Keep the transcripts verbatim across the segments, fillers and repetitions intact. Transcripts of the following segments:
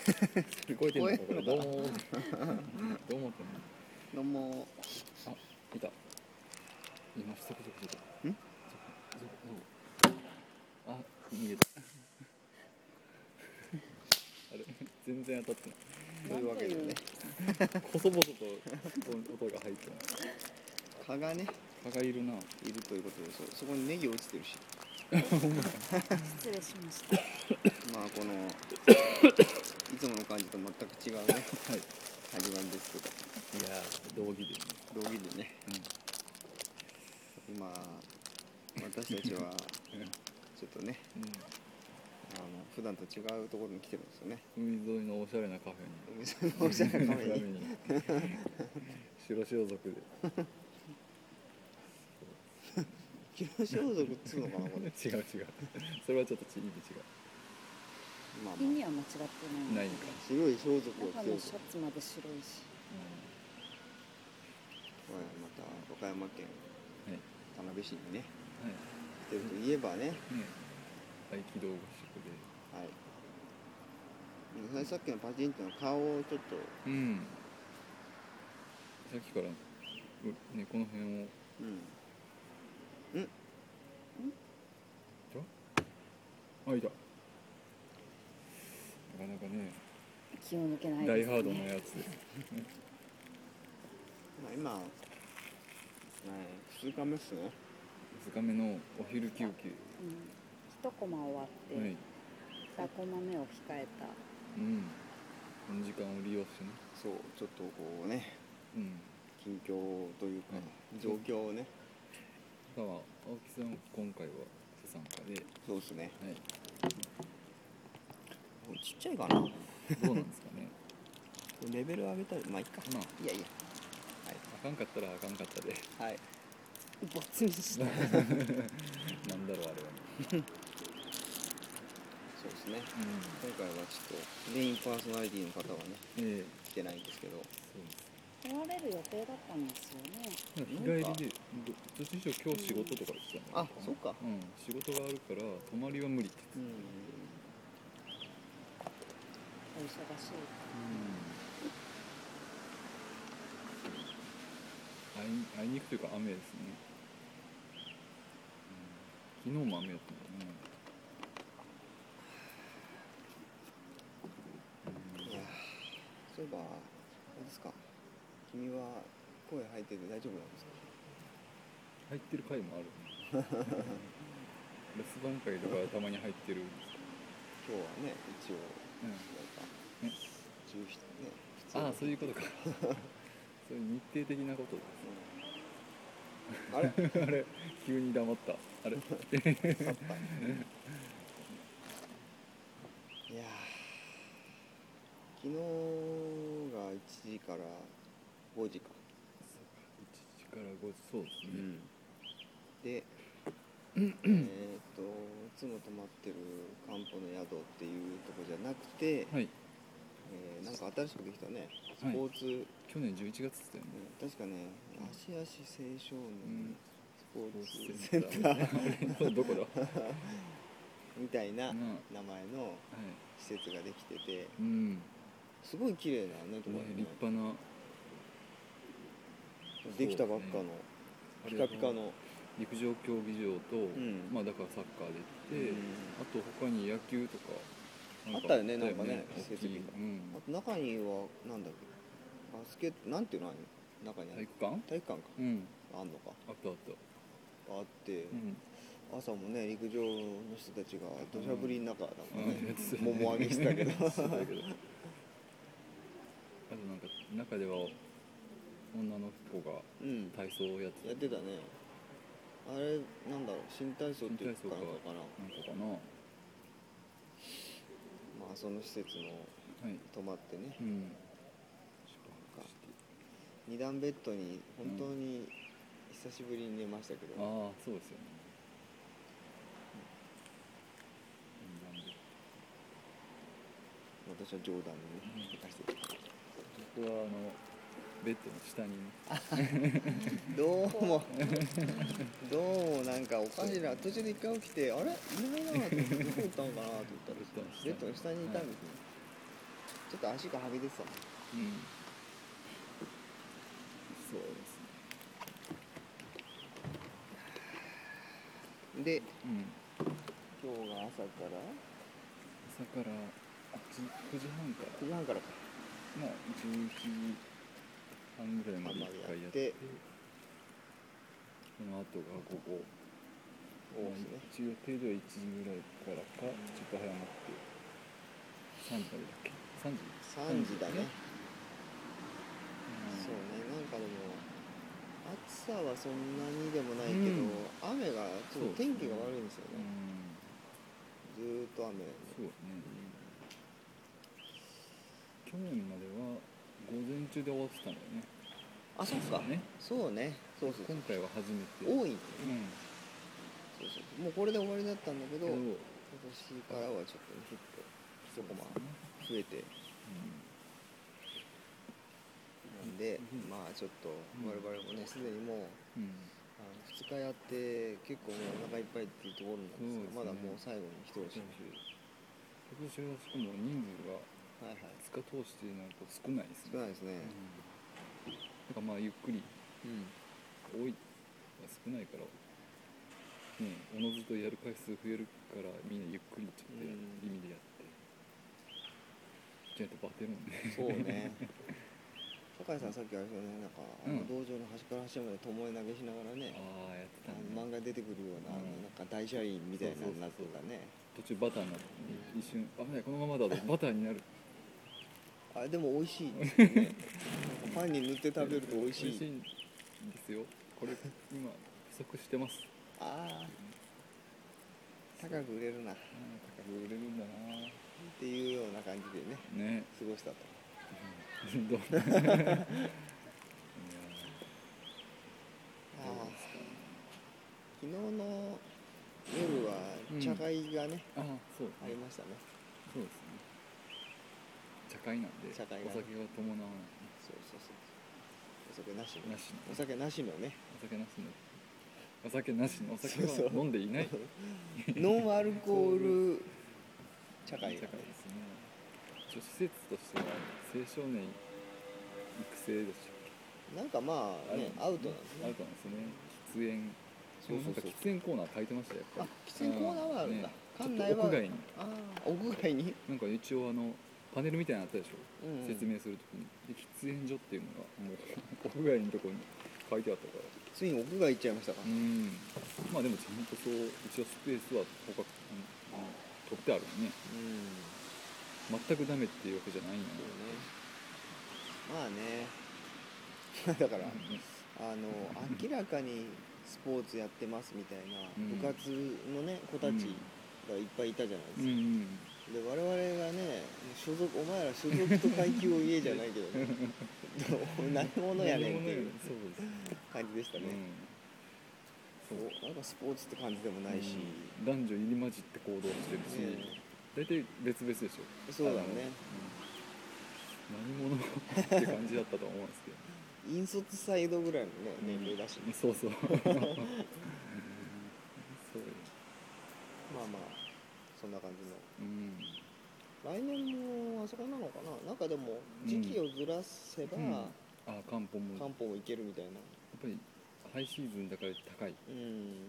聞こえてんのかこれ。どうもどう思ってんの。 どうも。 あ、いた。今そこそこそこ。 ん？ そこそこ。あ、逃げた。あれ全然当たってない。 というわけでね、 細々と音が入ってない。 蚊がね、 蚊がいるな。 いるということで、そ、そこにネギ落ちてるし。 失礼しました。 まあこのいつもの感じと全く違うね、 はい、 始まりですけど。 いやー、道義でね。 道義でね。うん、今私たちはちょっとね、うん、あの普段と違うところに来てるんですよね。 海沿いのおしゃれなカフェに。 海沿いのおしゃれなカフェに。 白装束で。 白装束っつうのかなこれ。 違う違う。それはちょっと意味違う。 まあまあ、 意味は間違ってない。 ないか。 白い装束を着てる。 中のシャツまで白いし。 うん、また和歌山県田辺市にね、 はい、 来てるといえばね。ね、 合気道合宿で。 はい。さっきのパチンっての顔をちょっと。うん。 さっきからね、この辺を。うん。 うん。 あ、いた。なかなかね。 気を抜けないですね。 ダイハードなやつです。 まあ今、ふつかめっすね。 ふつかめのお昼休憩。うん。 一コマ終わって、はい、二コマ目を控えた。 うん。この時間を利用してね。 そう、ちょっとこうね。うん。近況というか、はい、状況をね。 だから青木さん今回は不参加で。 そうですね。はい。ちっちゃいかな。 どうなんですかね。 レベル上げたら、まあいいか。まあ、いやいや。 はい。あかんかったらあかんかったで。 はい。 ボツにした。 なんだろうあれは、ね。 そうですね。うん、今回はちょっとメインパーソナリティの方はね、えー、来てないんですけど。そうです。 来られる予定だったんですよね。 日帰りで、どっちにしろ今日仕事とかでしたね。 あ、そうか。うん、 仕事があるから泊まりは無理って。うん。 お忙しい。うん。 会い、会いに行くというか雨ですね。うん、昨日も雨だったんだね。 うん、いや、そういえばあれですか。君は声入ってて大丈夫なんですか？ 入ってる回もある。留守番会とかたまに入ってるんですか？ 今日はね、一応、うん、なんか、ね、じゅうなな、 ね、ああ、そういうことか。そういう日程的なことです。 うん、あれあれ、急に黙った。あれ。 いや昨日がいちじからごじか。 いちじからごじ、そうですね。うん、 で、えーっといつも泊まってる漢方の宿っていうとこじゃなくて、はい、えー、なんか新しくできたね、スポーツ、はい、 去年じゅういちがつって言ったよね。 確かね、芦屋市青少年スポーツセンターどこだみたいな名前の施設ができてて、うん、すごい綺麗なねところね、 立派なできたばっかの、ね、ピカピカの陸上競技場と、うん、まあだからサッカーで行って、うん、あと他に野球とかあったよね、なんかね、設備が、うん、あと中にはなんだっけ、バスケットなんていうの、中にある体育館体育館か、うん、あんのか、 あったあったあって、うん、朝もね陸上の人たちが土砂降りの中だもんね、もも上げしてたけどあとなんか中では女の子が体操をやってた、 うん、やってたね。あれなんだろう、新体操っていうかなんかかな、なんかかな。まあその施設の泊まってね、はい、うん、なんか二段ベッドに本当に久しぶりに寝ましたけど、うん、 ああそうですよね、 私は冗談にね、寝かしてた。 僕はあのベッドの下にどうもどうもなんかおかしいな、途中で一回起きてあれいないなってどこ行ったのかなと思ったらベッドの下にいたんですね、 ちょっと足がはげてたもん。 うん、そうですね。で、 うん、 今日が朝から朝からくじはんからくじはんからか、 まあじゅういちじはんぐらいまでいっかいやって、その後が午後、まあ、一応予定ではいちじぐらいからかちょっと早まってさんじまでだっけ、さんじさんじだね、うん、そうね。なんかでも暑さはそんなにでもないけど、うん、雨がちょっと天気が悪いんですよね、うん、ずーっと雨。 そうね、うん、去年までは午前中で終わってたんだよね。 あ、そっか、ね、そうね、そうそうそう、 今回は初めて多いんだよね、うん、そうそう、もうこれで終わりだったんだけど、今年からはちょっとね、結構一コマ増えて、うん、なんで、うん、まあちょっと我々もね、すでにもう、うん、あのふつかやって結構もうお腹いっぱいっていうところなんですが、まだもう最後に一押し。 今年はしかも人数がふつか通してなると少ないですね。 少ないですね。 うん、だからまあゆっくり、うん、多いは少ないから、ね、おのずとやる回数増えるからみんなゆっくりちょっとやる意味でやって、ちゃんとバテるもんね。 そうね。酒井さんさっきあれですよね、なんかあの道場の端から端まで巴投げしながらね、 ああやってたね、 漫画出てくるような、うん、なんか大車輪みたいなのになってたね。 途中バターになって、うん、一瞬危ない、このままだとバターになる。 あ、でも美味しいですよね。パンに塗って食べると美味しい。 美味しいんですよ。これ今不足してます。ああ、 高く売れるな。 高く売れるんだなっていうような感じでね、ね、過ごしたと。 どうああ、昨日の夜は茶会がね、うん、あ, そうありましたね。 そうですね。茶会なんで、茶会がね、お酒が伴わない。 そうそうそう。お酒なしの。 なしのお酒なしのね。 お酒なしの。お酒なしの。お酒は飲んでいない。そうそうノンアルコール茶会が、ね、 茶会ですね。施設としては青少年育成でしたっけ。なんかまあね、アウトなんですね。 アウトなんですね。喫煙。そうそうそう。喫煙コーナー書いてましたよ。やっぱり。 あ、喫煙コーナーはあるんだ。ね、 館内は屋外に。 ああ、屋外に。 なんか一応あのパネルみたいなのあったでしょ。うんうん、説明するときに。で喫煙所っていうのがもう屋外のところに書いてあったから。 ついに屋外行っちゃいましたか。 うん。まあでもちゃんとそう一応スペースは他取ってあるのね。うん。全くダメっていうわけじゃないんだよね。 まあね。だから、あの明らかにスポーツやってますみたいな部活のね、子たちがいっぱいいたじゃないですか。うんうん、で我々がね、所属お前ら所属と階級を言えじゃないけどね。何者やねんっていう感じでしたね。うん、そうなんかスポーツって感じでもないし、 うん、男女入り混じって行動してるし、ね、大体別々でしょ。 そうだね。 何者って感じだったと思うんですけど。 引率サイドぐらいのね、年齢だし、ね、 うん、そうそうそうまあまあそんな感じの、うん、来年もあそこなのかな。なんかでも時期をずらせば、うん、 あ漢方も漢方もいけるみたいな。やっぱりハイシーズンだから高い、うん、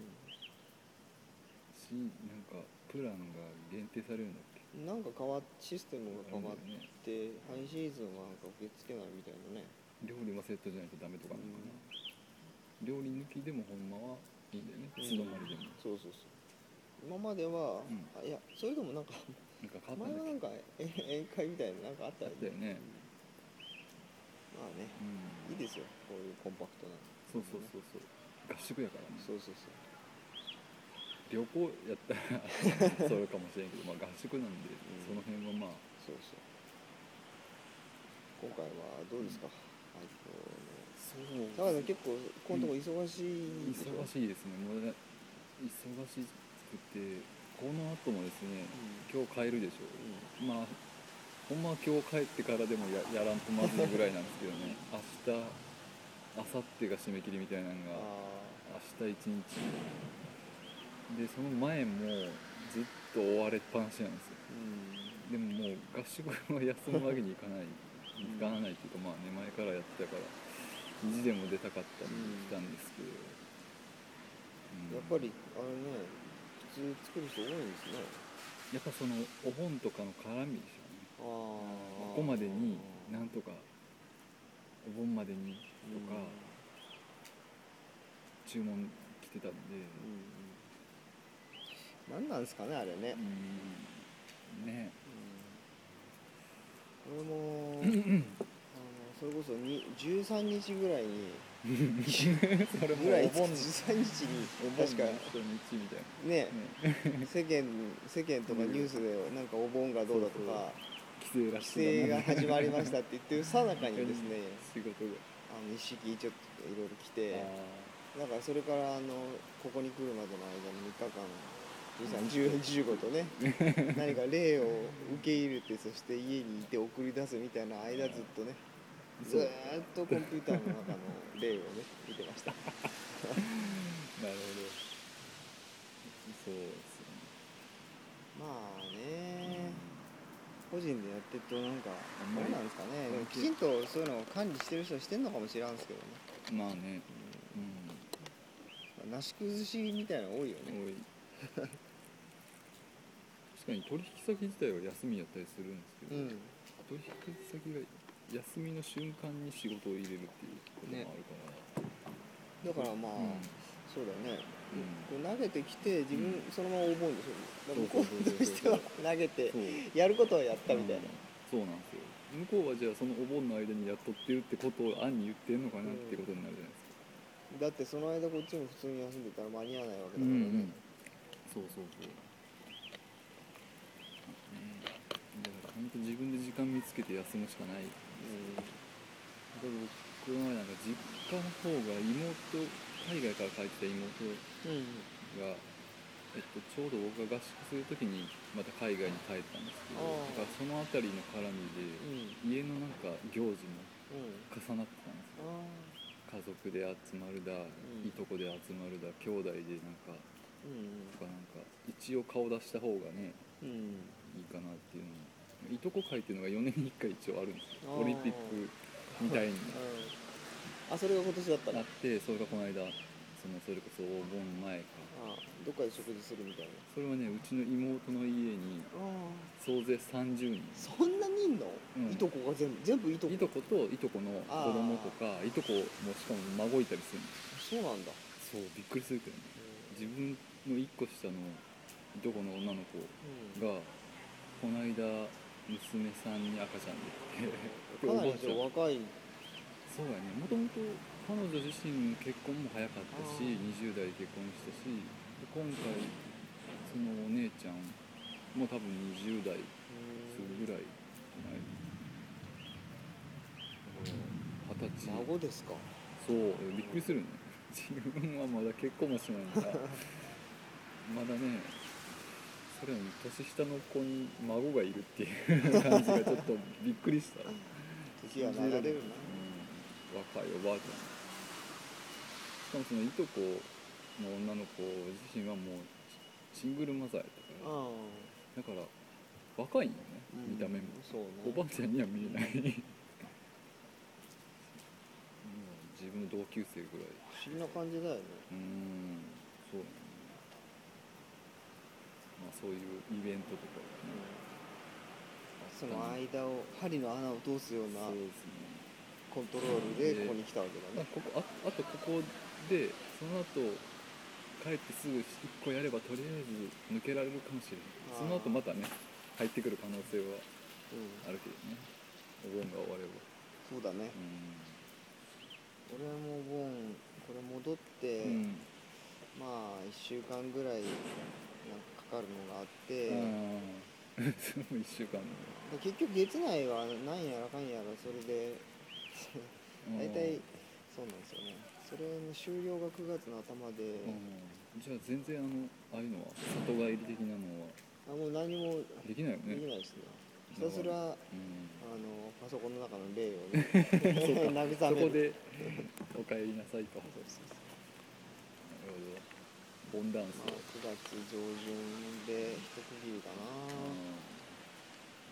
しなんかプランが限定されるんだっけ。 なんか変わっシステムが変わって、ね、ハイシーズンはなんか受け付けないみたいなね。 料理はセットじゃないとダメとかなのかな、うん、料理抜きでもほんまはいいんだよね、素泊まりでも、うん、 そうそうそう。今までは、うん、あいやそれでもなんかなんか変わったんだっけ。 前はなんか宴会みたいななんかあったよね。 あったよね、 うん、まあね、うん、いいですよこういうコンパクトな、 そうそうそうそう、合宿やからね。 そうそうそう。 旅行やったらそれかもしれんけど、まあ合宿なんで、うん、その辺はまあそうそう。今回はどうですか、うん、そうだから結構このとこ忙しいでしょ、 うん、忙しいですね。もう忙しくてこの後もですね、うん、今日帰るでしょう、うん、まあほんまは今日帰ってからでも や, やらんとまずいぐらいなんですけどね明日明後日が締め切りみたいなのが明日一日で、その前もずっと追われっぱなしなんですよ、 でももう合宿は休むわけにいかないいかないっていうか、まあね前からやってたから意地でも出たかったんで来たんですけど、うんやっぱりあれね普通作る人多いんですね。 やっぱそのお盆とかの絡みでしょうね。 あここまでになんとかお盆までにとか注文来てたんで、 うんうん、何なんですかねあれね、 うんねこれもあのそれこそにじゅうさんにちぐらいにそれもぐらいお盆じゅうさんにちにお盆確かの初日みたいねなね世間世間とかニュースでなんかお盆がどうだとか規制ら規しい制が始まりましたって言ってるさなかにですね仕事があの一式ちょっといろいろ来てあだからそれからあのここに来るまでの間のみっかかんじゅうさん、じゅう、じゅうごとね何か霊を受け入れてそして家にいて送り出すみたいな間ずっとねずーっとコンピューターの中の霊をね見てましたなるほどそうですねまあね個人でやってるとなんかあんまりどうなんですかねでもきちんとそういうのを管理してる人はしてんのかもしれんすけどねまあねなし崩しみたいなの多いよねうん多い確かに取引先自体は休みやったりするんですけど、 うん取引先が休みの瞬間に仕事を入れるっていうこともあるから、 だからまあ、 うんそうだよね、 うんこう投げてきて自分うんそのままお盆でしょだから向こそうそうそうそううとしては投げてそうやることはやったみたいな、 うんそうなんですよ向こうはじゃあそのお盆の間にやっとってるってことを暗に言ってんのかなってことになるじゃないですか、 だってその間こっちも普通に休んでたら間に合わないわけだうんからね、 そうそうそう、ね、だから本当自分で時間見つけて休むしかない。僕の前なんか実家の方が妹海外から帰ってきた妹うんうんが、えっと、ちょうど僕が合宿する時にまた海外に帰ったんですけど、 あーだからその辺りの絡みで、 うん家のなんか行事もうん重なってたんですよ。 あ家族で集まるだ、 んいとこで集まるだ、兄弟でなんかーうんとかなんか一応顔出した方がねうんいいかなっていうのもいとこ会っていうのがよねんにいっかい一応あるんですよ。 あーオリンピックみたいにうんあそれが今年だったらあってそれがこの間そのそれこそお盆前かあどっかで食事するみたいなそれはねうちの妹の家にあ総勢さんじゅうにんそんなにいんの、 うんいとこが全部全部いとこいとこといとこの子供とかいとこもしかも孫いたりするんですそうなんだ、 そうびっくりするけどね自分のいっこ下のいとこの女の子うんがこの間娘さんに赤ちゃんできてかなりおばあちゃん若いそうやねもともと彼女自身結婚も早かったしあーにじゅう代で結婚したしで今回そのお姉ちゃんも多分にじゅう代するぐらいじゃないだから二十歳孫ですかそうびっくりするね自分はまだ結婚もしないからまだねそれより年下の子に孫がいるっていう感じがちょっとびっくりした時は流れるな、 うん、若いおばあちゃんしかもそのいとこの女の子自身はもうシングルマザーやったからあだから若いんよねうん見た目も、 そうねおばあちゃんには見えないもう自分の同級生ぐらい不思議な感じだよねうーんそうだねまあそういうイベントとかね、 その間を針の穴を通すようなそうですねコントロールでここに来たわけだねまあ、ここああとここでその後帰ってすぐいっこやればとりあえず抜けられるかもしれないあーその後またね入ってくる可能性はうんあるけどねお盆が終わればそうだねう俺もお盆これ戻って、 ん、うんまあいっしゅうかんぐらいなんかかかるのがあって、 ああそれもいっしゅうかんで結局月内はなんやらかんやらそれで大体そうなんですよねそれの終了がくがつの頭で、 うんじゃあ全然あのああいうのは里帰り的なのはあもう何もできないよねできないですねひたすらあうんのパソコンの中の例をね慰めるそこでお帰りなさいとなるそうそうそうほどボンダンスまあ、くがつ上旬で一区切りかな、 うん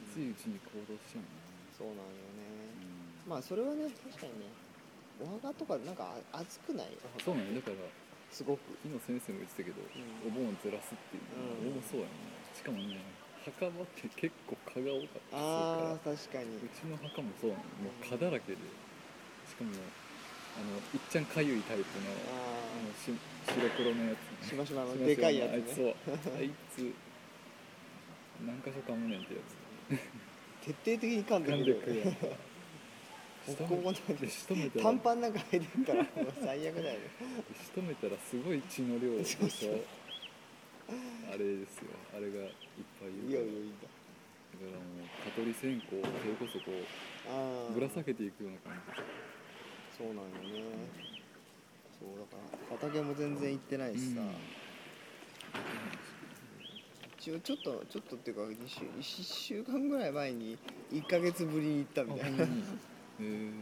ついうちに行動しちゃうそうなんよな、 ね。 うんまあそれはね確かにね、お墓とかなんかあ熱くない？ そうなんよ。だからすごく。 昨日先生も言ってたけど、 うんお盆ずらすっていうのは、俺もそうやもんね。しかもね、墓場って結構蚊が多かったあありするから、 確かに。 うちの墓もそうなの。もう蚊だらけで、しかもあのいっちゃんかゆいタイプのああのし白黒のやつ、 しましまのしましまでかいやつね。 あいつそうあいつ何箇所かむねんってやつ徹底的に噛んで噛んくるよね。 でくるやんか。 ボコボコなんでで仕留めたら短パンなんか履いてるからもう最悪だよね。 仕留めたらすごい血の量でしょ。 そうそうあれですよ、あれがいっぱいいいやるから。 いやいいんだ。 だからもう蚊取り線香をそれこそこうああぶら下げていくような感じでそうなんよね。そうだから畑も全然行ってないしさ、一応ちょっとちょっとっていうかに週いっしゅうかんぐらい前にいっかげつぶりに行ったみたいな。 あほんまにへえ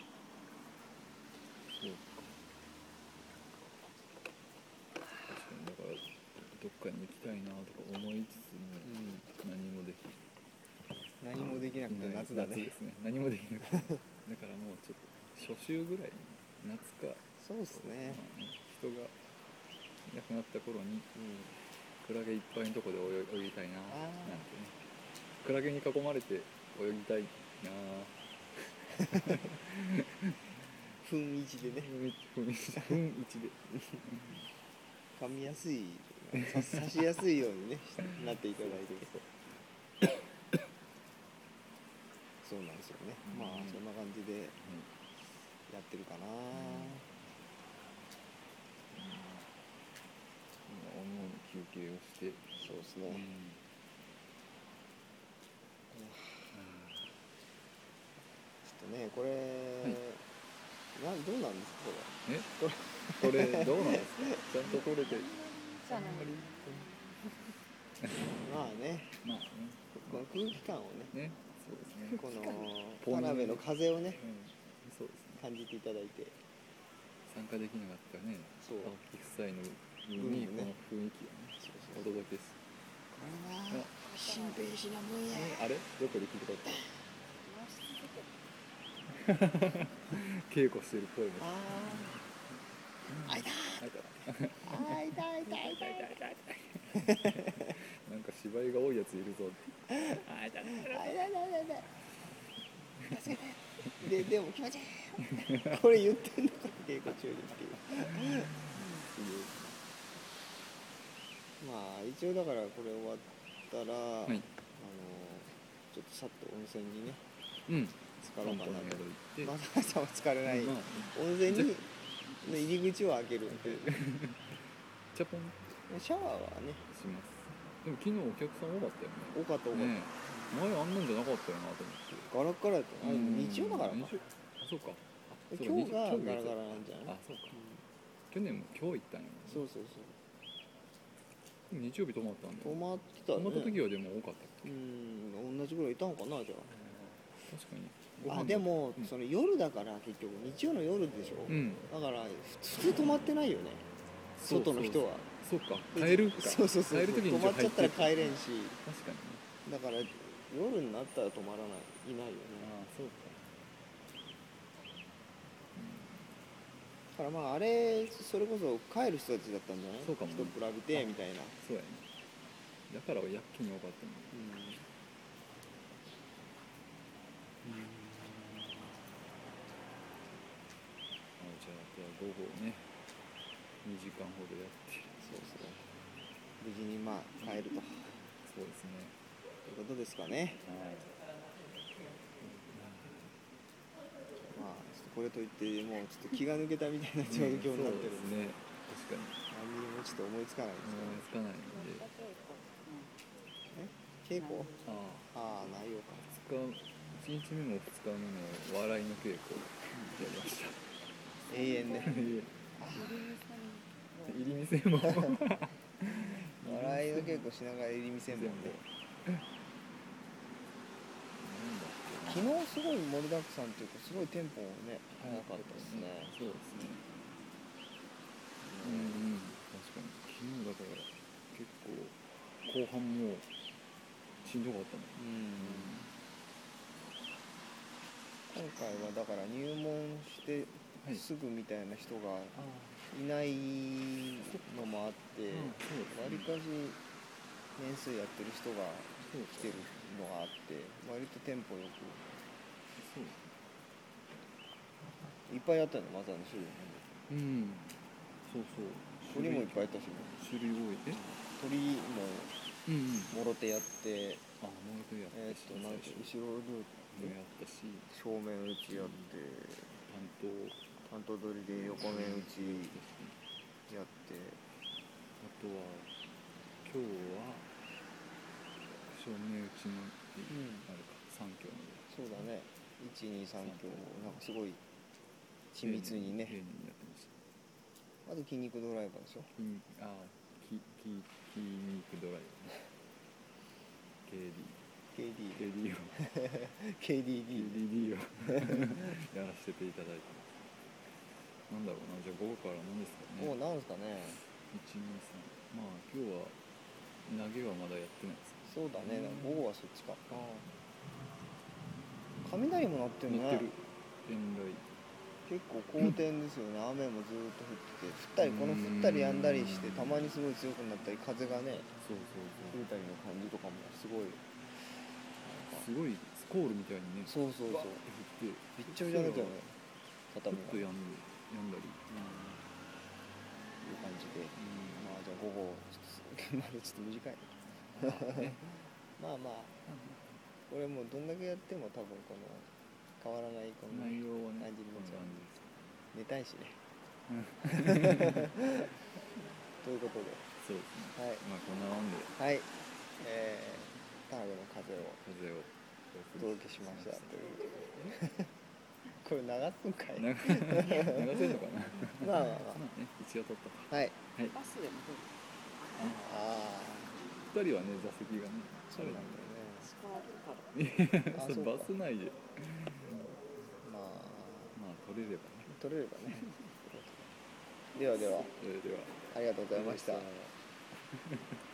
そうか。確かにだからどっかに行きたいなとか思いつつも何もできない。 何もできなくて夏だね。 夏ですね。何もできなくてだからもうちょっと初秋ぐらいに夏か、 そうっすね。 まあね、人がいなくなった頃にうんクラゲいっぱいのとこで泳ぎたいなあーなんてね。クラゲに囲まれて泳ぎたいな。 雰囲気でね、 ふんいちで噛みやすいさ刺しやすいようにねなっていただいて。そうなんですよね。 うんまあそんな感じでやってるかな。 おのおの休憩をして、 そうですね。 うんちょっとねこれ、なんどうなんですかこえこれどうなんですか。ちゃんと取れてじゃあねれ。まあねまあこの空気感をね、 ねねそうですね。 この田辺の風をねうんそうですね。 感じていただいて。 参加できなかったねそう青木夫妻の分にこの雰囲気をねそうおそう届けすこれな新兵士なもんや。 る。あれどこで聞いたかっ回し続けてた稽古してる声もああ、あいたあいたあいたいたいたいなんか芝居が多いやついるぞってあいたたあいたいたいたいた助けてででも気持ちいいこれ言ってんのか稽古中にっていうまあ一応だからこれ終わったら、 はいあのちょっとさっと温泉にねうん浸かろうかなと。 行ってまあ朝は浸かれない、 まあ温泉にの入り口を開けるっていうチャポンシャワーはねします。でも昨日お客さん多かったよね。 多かった多かった、 ねえ前あんなんじゃなかったよなと思って。 ガラッガラやったあれうん日曜だからか日曜あそうか。あそう今日が日曜ガラガラなんじゃない。 あそうか。 うん去年も今日行ったのよ。 そうそうそう日曜日泊まったんだ泊よ。 まってたね。 泊まった時はでも多かったっけ。 うん同じぐらいいたんかなじゃ確かに。 ああでも、 うんその夜だから結局日曜の夜でしょ、 うん。 だから普通泊まってないよねそう外の人は。 そうか。帰るか。 そうそうそう帰る時に泊まっちゃったら一応入帰れんし確かにね。 だから夜になったら泊まらないいないよね。 ああそうか。 だからまああれそれこそ帰る人たちだったんじゃない。 そうかもね人比べてみたいな。 そうやね。だからやっきに多かったの。あじゃああとは午後ねにじかんほどやってそうそう無事にまあ帰るとそうですね。 いうことですかね。 はい。 まあちょっとこれといってもうちょっと気が抜けたみたいな状況になってるんで、 そうですね。確かに何にもちょっと思いつかないです思いつかないんで。 けど、え稽古ああああ内容かふつかいちにちめもふつかめも笑いの稽古やりました。 永遠で入り店も笑いの稽古しながら入り見せんもんで昨日すごい盛りだくさんっていうかすごいテンポね早かったですね。 そうですね。うんうん確かに昨日だから結構後半もしんどかったもん。 うん、今回はだから入門してはいすぐみたいな人があいないのもあってうんそうですねわりかし年数やってる人がそう来てるのがあって割とテンポよくそういっぱいあったのマザーの種類うんそうそう鳥もいっぱいあったし種類多いえ鳥もうんうんもろ手やってあもう一回やえーっったしとなんか最初後ろルーもやったし正面打ちやって担当担当取りで横面打ちやってあとは今日は正面打ちのうんあれかさんきょうまでそうだねいちにさんきょうなんかすごい緻密にね丁寧にやってましたあと筋肉ドライバーでしょ筋あ筋筋筋肉ドライバーね ケーディーケーディーケーディー をケーディーディーケーディーディー をやらせていただいてますなんだろうなじゃあ午後から何ですかねもうなんすかねいちにさんまあ今日は投げはまだやってないですそうだねうん午後はそっちか雷も鳴ってるね乗ってる現代結構好天ですよね雨もずーっと降ってて降ったりこの降ったりやんだりしてたまにすごい強くなったり風がねそうそう吹いたりの感じとかもすごいそうすごいスコールみたいにねそうそうそうバッて降ってびっちゃびちゃになっちゃうねちょ畳がっとやんでやんだりいう感じでうんまあじゃあ午後ちょっとまだちょっと短いねまあまあこれもうどんだけやっても多分この変わらないこの内容はね感じになっちゃうこんな感じです寝たいしねうんということでそうですねはいまあこんなもんではいえー、田辺の風を風をお届けしましたというこれ流すんかい流流せるのかなまあまあままあね一応撮ったかあはいはいバスでもどうああ二人はね座席がねそうなんだよね使われるからそれあそうかバス内でまあまあ撮れればね取れればねではではそれではありがとうございましたありがとうございました